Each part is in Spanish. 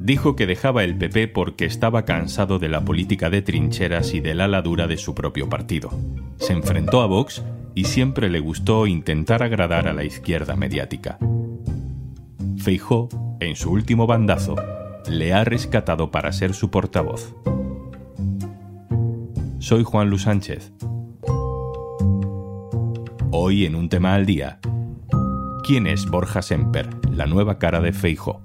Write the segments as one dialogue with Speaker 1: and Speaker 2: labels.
Speaker 1: Dijo que dejaba el PP porque estaba cansado de la política de trincheras y del ala dura de su propio partido. Se enfrentó a Vox y siempre le gustó intentar agradar a la izquierda mediática. Feijóo, en su último bandazo, le ha rescatado para ser su portavoz. Soy Juan Luis Sánchez. Hoy en Un Tema al Día, ¿quién es Borja Semper, la nueva cara de Feijóo?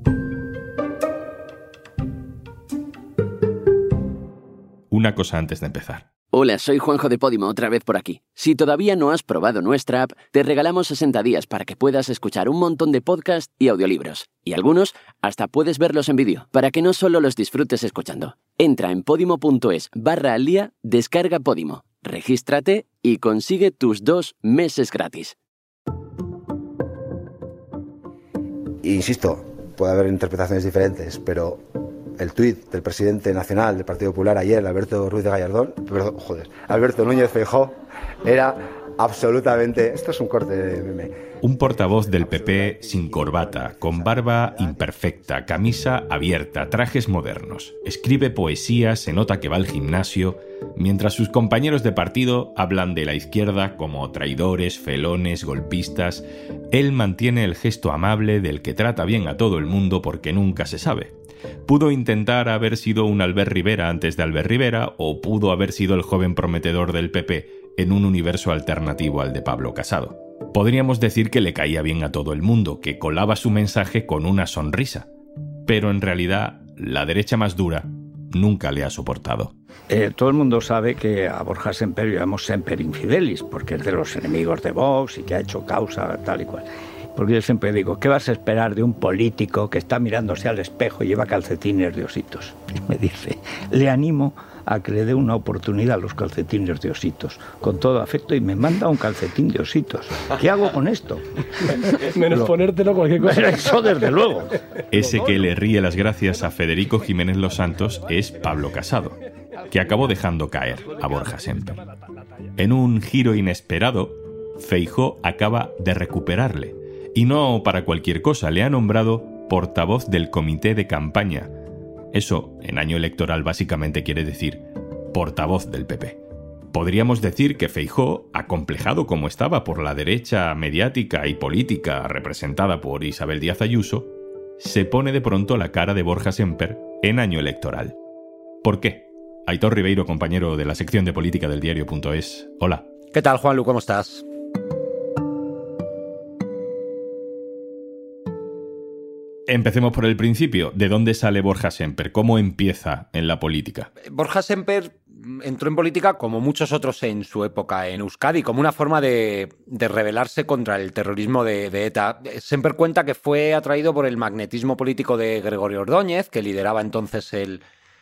Speaker 1: Una cosa antes de empezar.
Speaker 2: Hola, soy Juanjo de Podimo, otra vez por aquí. Si todavía no has probado nuestra app, te regalamos 60 días para que puedas escuchar un montón de podcasts y audiolibros. Y algunos hasta puedes verlos en vídeo, para que no solo los disfrutes escuchando. Entra en podimo.es/aldía, descarga Podimo, regístrate y consigue tus 2 meses gratis.
Speaker 3: Insisto, puede haber interpretaciones diferentes, pero el tuit del presidente nacional del Partido Popular ayer, Alberto Núñez Feijóo, era absolutamente... Esto es un corte de meme.
Speaker 1: Un portavoz del PP sin corbata, con barba imperfecta, camisa abierta, trajes modernos. Escribe poesía, se nota que va al gimnasio, mientras sus compañeros de partido hablan de la izquierda como traidores, felones, golpistas. Él mantiene el gesto amable del que trata bien a todo el mundo porque nunca se sabe. Pudo intentar haber sido un Albert Rivera antes de Albert Rivera, o pudo haber sido el joven prometedor del PP en un universo alternativo al de Pablo Casado. Podríamos decir que le caía bien a todo el mundo, que colaba su mensaje con una sonrisa. Pero en realidad, la derecha más dura nunca le ha soportado.
Speaker 4: Todo el mundo sabe que a Borja Semper lo llamamos Semper Infidelis, porque es de los enemigos de Vox y que ha hecho causa tal y cual. Porque yo siempre digo, ¿qué vas a esperar de un político que está mirándose al espejo y lleva calcetines de ositos? Y me dice, le animo a que le dé una oportunidad a los calcetines de ositos, con todo afecto, y me manda un calcetín de ositos. ¿Qué hago con esto?
Speaker 5: Menos ponértelo cualquier cosa.
Speaker 4: Eso desde luego.
Speaker 1: Ese que le ríe las gracias a Federico Jiménez Los Santos es Pablo Casado, que acabó dejando caer a Borja Semper. En un giro inesperado, Feijóo acaba de recuperarle. Y no para cualquier cosa, le ha nombrado portavoz del comité de campaña. Eso, en año electoral, básicamente quiere decir portavoz del PP. Podríamos decir que Feijóo, acomplejado como estaba por la derecha mediática y política representada por Isabel Díaz Ayuso, se pone de pronto la cara de Borja Semper en año electoral. ¿Por qué? Aitor Ribeiro, compañero de la sección de política del diario.es. Hola.
Speaker 6: ¿Qué tal, Juanlu? ¿Cómo estás?
Speaker 1: Empecemos por el principio. ¿De dónde sale Borja Semper? ¿Cómo empieza en la política?
Speaker 6: Borja Semper entró en política, como muchos otros en su época en Euskadi, como una forma de rebelarse contra el terrorismo de ETA. Semper cuenta que fue atraído por el magnetismo político de Gregorio Ordóñez, que lideraba entonces el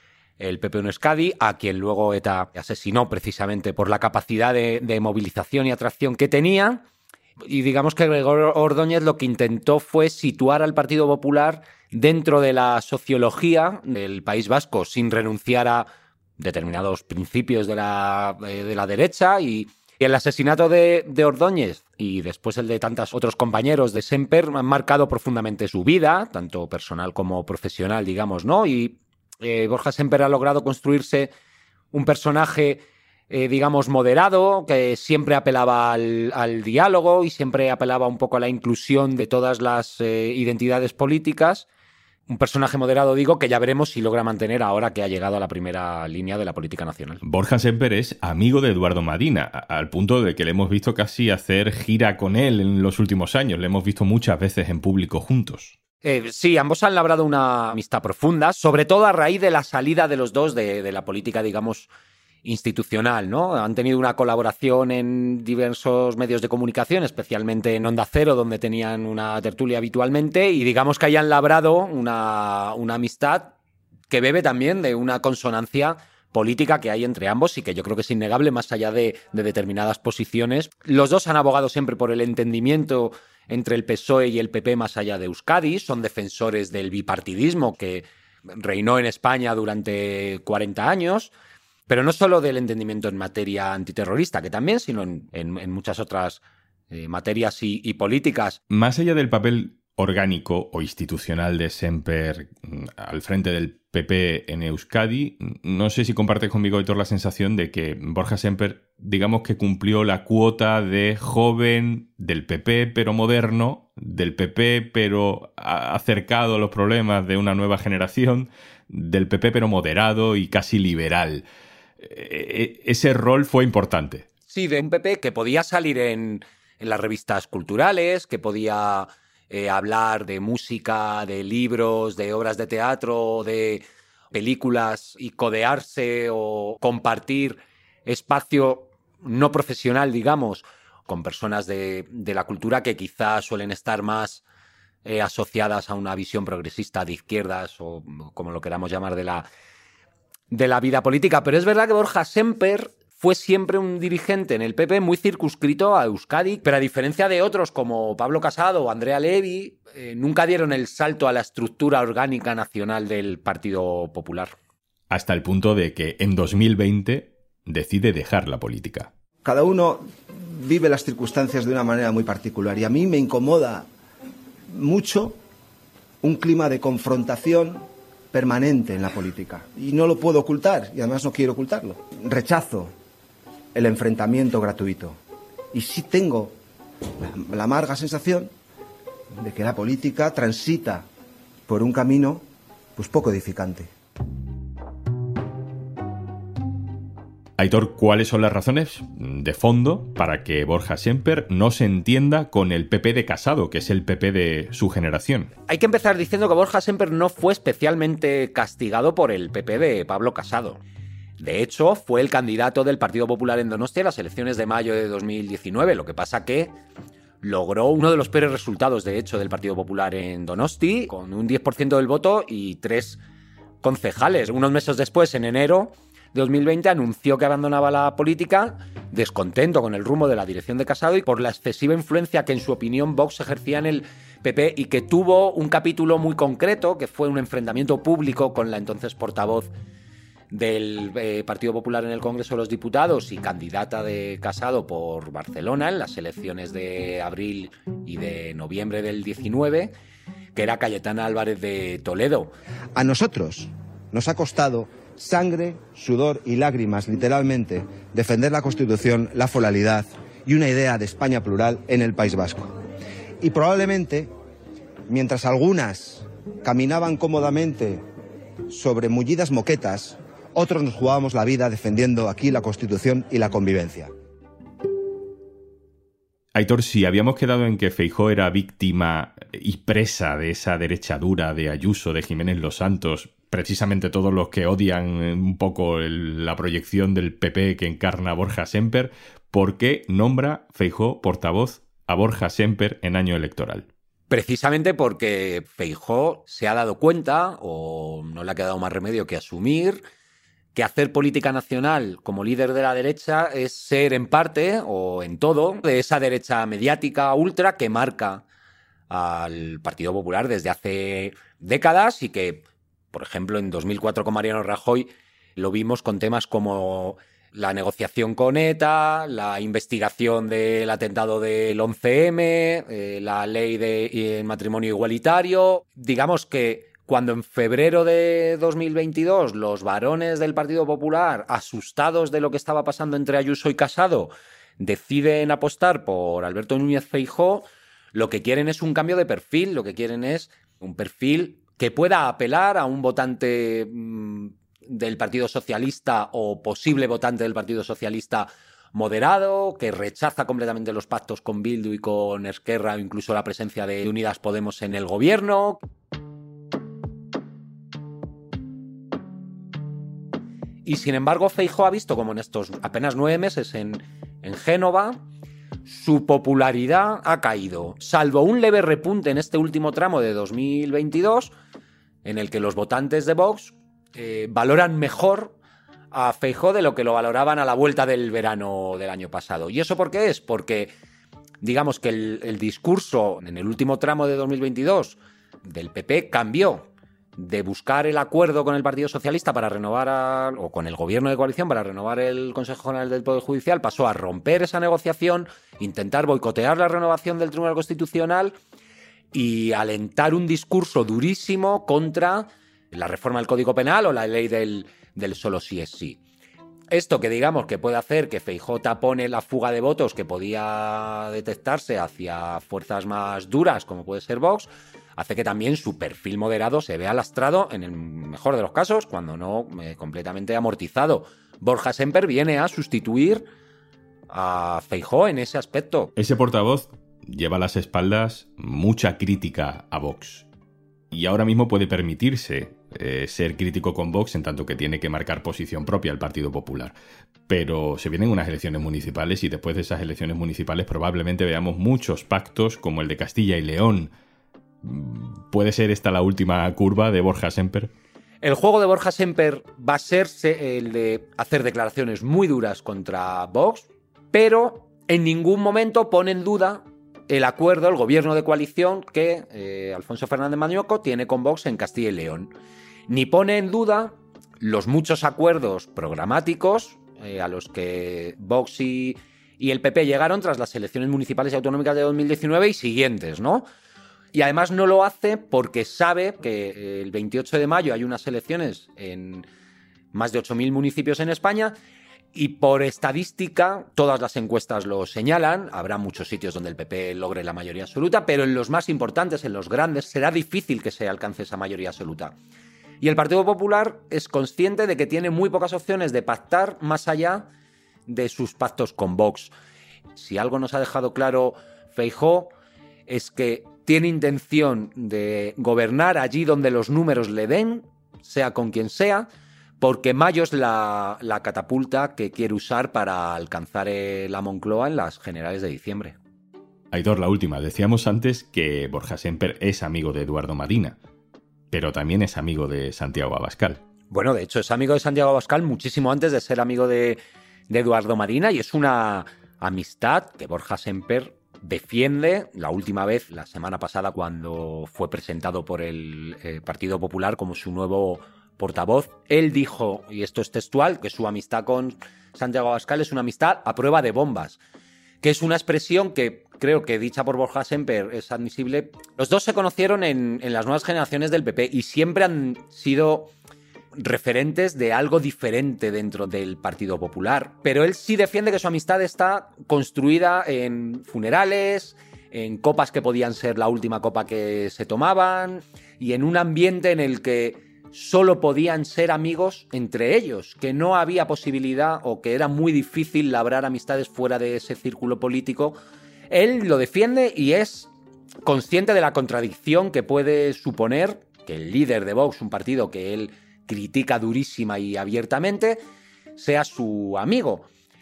Speaker 6: PP en Euskadi, a quien luego ETA asesinó precisamente por la capacidad de movilización y atracción que tenía. Y digamos que Gregorio Ordóñez lo que intentó fue situar al Partido Popular dentro de la sociología del País Vasco, sin renunciar a determinados principios de la derecha. Y el asesinato de Ordóñez y después el de tantos otros compañeros de Semper han marcado profundamente su vida, tanto personal como profesional, digamos, ¿no? Y Borja Semper ha logrado construirse un personaje digamos, moderado, que siempre apelaba al diálogo y siempre apelaba un poco a la inclusión de todas las identidades políticas. Un personaje moderado, digo, que ya veremos si logra mantener ahora que ha llegado a la primera línea de la política nacional.
Speaker 1: Borja Semper es amigo de Eduardo Madina, al punto de que le hemos visto casi hacer gira con él en los últimos años. Le hemos visto muchas veces en público juntos.
Speaker 6: Sí, ambos han labrado una amistad profunda, sobre todo a raíz de la salida de los dos de la política, digamos, institucional, ¿no? Han tenido una colaboración en diversos medios de comunicación, especialmente en Onda Cero, donde tenían una tertulia habitualmente, y digamos que hayan labrado una amistad que bebe también de una consonancia política que hay entre ambos y que yo creo que es innegable más allá de determinadas posiciones. Los dos han abogado siempre por el entendimiento entre el PSOE y el PP más allá de Euskadi, son defensores del bipartidismo que reinó en España durante 40 años, pero no solo del entendimiento en materia antiterrorista, que también, sino en muchas otras materias y políticas.
Speaker 1: Más allá del papel orgánico o institucional de Semper al frente del PP en Euskadi, no sé si compartes conmigo, Aitor, la sensación de que Borja Semper, digamos que cumplió la cuota de joven del PP pero moderno, del PP pero acercado a los problemas de una nueva generación, del PP pero moderado y casi liberal. Ese rol fue importante.
Speaker 6: Sí, de un PP que podía salir en las revistas culturales, que podía hablar de música, de libros, de obras de teatro, de películas y codearse o compartir espacio no profesional, digamos, con personas de la cultura que quizás suelen estar más asociadas a una visión progresista de izquierdas o como lo queramos llamar de la vida política. Pero es verdad que Borja Semper fue siempre un dirigente en el PP muy circunscrito a Euskadi, pero a diferencia de otros como Pablo Casado o Andrea Levy, nunca dieron el salto a la estructura orgánica nacional del Partido Popular.
Speaker 1: Hasta el punto de que en 2020 decide dejar la política.
Speaker 7: Cada uno vive las circunstancias de una manera muy particular y a mí me incomoda mucho un clima de confrontación permanente en la política. Y no lo puedo ocultar y además no quiero ocultarlo. Rechazo el enfrentamiento gratuito. Y sí tengo la amarga sensación de que la política transita por un camino pues poco edificante.
Speaker 1: Aitor, ¿cuáles son las razones de fondo para que Borja Semper no se entienda con el PP de Casado, que es el PP de su generación?
Speaker 6: Hay que empezar diciendo que Borja Semper no fue especialmente castigado por el PP de Pablo Casado. De hecho, fue el candidato del Partido Popular en Donostia en las elecciones de mayo de 2019. Lo que pasa que logró uno de los peores resultados, de hecho, del Partido Popular en Donosti, con un 10% del voto y 3 concejales. Unos meses después, en enero de 2020, anunció que abandonaba la política, descontento con el rumbo de la dirección de Casado y por la excesiva influencia que, en su opinión, Vox ejercía en el PP y que tuvo un capítulo muy concreto, que fue un enfrentamiento público con la entonces portavoz del Partido Popular en el Congreso de los Diputados y candidata de Casado por Barcelona en las elecciones de abril y de noviembre del 19, que era Cayetana Álvarez de Toledo.
Speaker 7: A nosotros nos ha costado sangre, sudor y lágrimas, literalmente, defender la Constitución, la foralidad y una idea de España plural en el País Vasco. Y probablemente, mientras algunas caminaban cómodamente sobre mullidas moquetas, otros nos jugábamos la vida defendiendo aquí la Constitución y la convivencia.
Speaker 1: Aitor, si habíamos quedado en que Feijóo era víctima y presa de esa derecha dura de Ayuso, de Jiménez Los Santos, precisamente todos los que odian un poco la proyección del PP que encarna Borja Semper, ¿por qué nombra Feijóo portavoz a Borja Semper en año electoral?
Speaker 6: Precisamente porque Feijóo se ha dado cuenta, o no le ha quedado más remedio que asumir, que hacer política nacional como líder de la derecha es ser en parte, o en todo, de esa derecha mediática ultra que marca al Partido Popular desde hace décadas y que, por ejemplo, en 2004 con Mariano Rajoy lo vimos con temas como la negociación con ETA, la investigación del atentado del 11M, la ley de matrimonio igualitario. Digamos que cuando en febrero de 2022 los varones del Partido Popular, asustados de lo que estaba pasando entre Ayuso y Casado, deciden apostar por Alberto Núñez Feijóo, lo que quieren es un cambio de perfil, lo que quieren es un perfil que pueda apelar a un votante del Partido Socialista o posible votante del Partido Socialista moderado, que rechaza completamente los pactos con Bildu y con Esquerra o incluso la presencia de Unidas Podemos en el gobierno. Y sin embargo, Feijóo ha visto como en estos apenas 9 meses en Génova su popularidad ha caído, salvo un leve repunte en este último tramo de 2022, en el que los votantes de Vox valoran mejor a Feijóo de lo que lo valoraban a la vuelta del verano del año pasado. ¿Y eso por qué es? Porque digamos que el discurso en el último tramo de 2022 del PP cambió de buscar el acuerdo con el Partido Socialista para renovar o con el gobierno de coalición para renovar el Consejo General del Poder Judicial, pasó a romper esa negociación, intentar boicotear la renovación del Tribunal Constitucional y alentar un discurso durísimo contra la reforma del Código Penal o la ley del solo sí es sí. Esto que digamos que puede hacer que Feijóo tapone la fuga de votos que podía detectarse hacia fuerzas más duras, como puede ser Vox, hace que también su perfil moderado se vea lastrado, en el mejor de los casos, cuando no completamente amortizado. Borja Semper viene a sustituir a Feijóo en ese aspecto.
Speaker 1: Ese portavoz lleva a las espaldas mucha crítica a Vox. Y ahora mismo puede permitirse ser crítico con Vox en tanto que tiene que marcar posición propia el Partido Popular. Pero se vienen unas elecciones municipales y después de esas elecciones municipales probablemente veamos muchos pactos como el de Castilla y León. ¿Puede ser esta la última curva de Borja Semper?
Speaker 6: El juego de Borja Semper va a ser el de hacer declaraciones muy duras contra Vox, pero en ningún momento pone en duda el acuerdo, el gobierno de coalición que Alfonso Fernández Mañueco tiene con Vox en Castilla y León. Ni pone en duda los muchos acuerdos programáticos a los que Vox y el PP llegaron tras las elecciones municipales y autonómicas de 2019 y siguientes, ¿no? Y además no lo hace porque sabe que el 28 de mayo hay unas elecciones en más de 8.000 municipios en España y por estadística todas las encuestas lo señalan. Habrá muchos sitios donde el PP logre la mayoría absoluta, pero en los más importantes, en los grandes, será difícil que se alcance esa mayoría absoluta. Y el Partido Popular es consciente de que tiene muy pocas opciones de pactar más allá de sus pactos con Vox. Si algo nos ha dejado claro Feijóo es que tiene intención de gobernar allí donde los números le den, sea con quien sea, porque mayo es la catapulta que quiere usar para alcanzar la Moncloa en las generales de diciembre.
Speaker 1: Aitor, la última. Decíamos antes que Borja Semper es amigo de Eduardo Madina, pero también es amigo de Santiago Abascal.
Speaker 6: Bueno, de hecho es amigo de Santiago Abascal muchísimo antes de ser amigo de Eduardo Madina, y es una amistad que Borja Semper defiende. La última vez, la semana pasada, cuando fue presentado por el Partido Popular como su nuevo portavoz, él dijo, y esto es textual, que su amistad con Santiago Abascal es una amistad a prueba de bombas, que es una expresión que creo que dicha por Borja Semper es admisible. Los dos se conocieron en las nuevas generaciones del PP y siempre han sido referentes de algo diferente dentro del Partido Popular, pero él sí defiende que su amistad está construida en funerales, en copas que podían ser la última copa que se tomaban y en un ambiente en el que solo podían ser amigos entre ellos, que no había posibilidad o que era muy difícil labrar amistades fuera de ese círculo político. Él lo defiende y es consciente de la contradicción que puede suponer que el líder de Vox, un partido que él critica durísima y abiertamente, sea su amigo.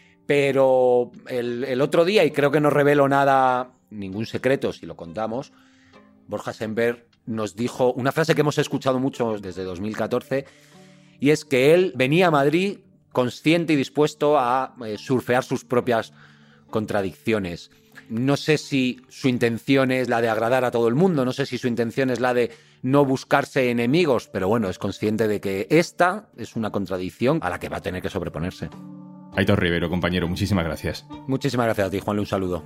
Speaker 6: Pero el otro día, y creo que no revelo nada, ningún secreto si lo contamos, Borja Semper nos dijo una frase que hemos escuchado mucho desde 2014, y es que él venía a Madrid consciente y dispuesto a surfear sus propias contradicciones. No sé si su intención es la de agradar a todo el mundo, no sé si su intención es la de no buscarse enemigos, pero bueno, es consciente de que esta es una contradicción a la que va a tener que sobreponerse.
Speaker 1: Aitor Rivero, compañero, muchísimas gracias.
Speaker 6: Muchísimas gracias a ti, Juanlu, un saludo.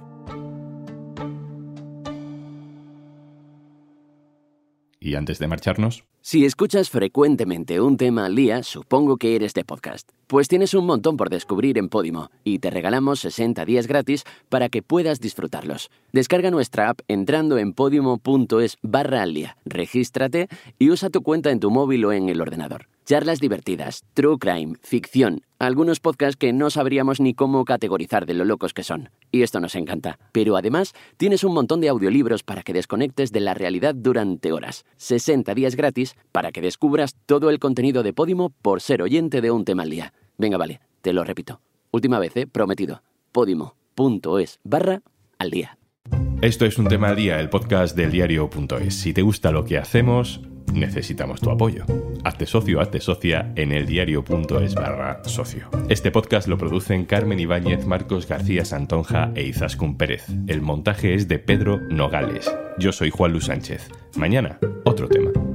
Speaker 1: Y antes de marcharnos...
Speaker 2: Si escuchas frecuentemente un tema al día, supongo que eres de podcast. Pues tienes un montón por descubrir en Podimo y te regalamos 60 días gratis para que puedas disfrutarlos. Descarga nuestra app entrando en podimo.es/aldía. Regístrate y usa tu cuenta en tu móvil o en el ordenador. Charlas divertidas, true crime, ficción, algunos podcasts que no sabríamos ni cómo categorizar de lo locos que son. Y esto nos encanta. Pero además, tienes un montón de audiolibros para que desconectes de la realidad durante horas. 60 días gratis para que descubras todo el contenido de Podimo por ser oyente de un tema al día. Venga, vale, te lo repito. Última vez, prometido. Podimo.es/aldía.
Speaker 1: Esto es Un Tema al Día, el podcast del diario.es. Si te gusta lo que hacemos, necesitamos tu apoyo. Hazte socio, hazte socia en eldiario.es/socio. Este podcast lo producen Carmen Ibáñez, Marcos García Santonja e Izaskun Pérez. El montaje es de Pedro Nogales. Yo soy Juanlu Sánchez. Mañana, otro tema.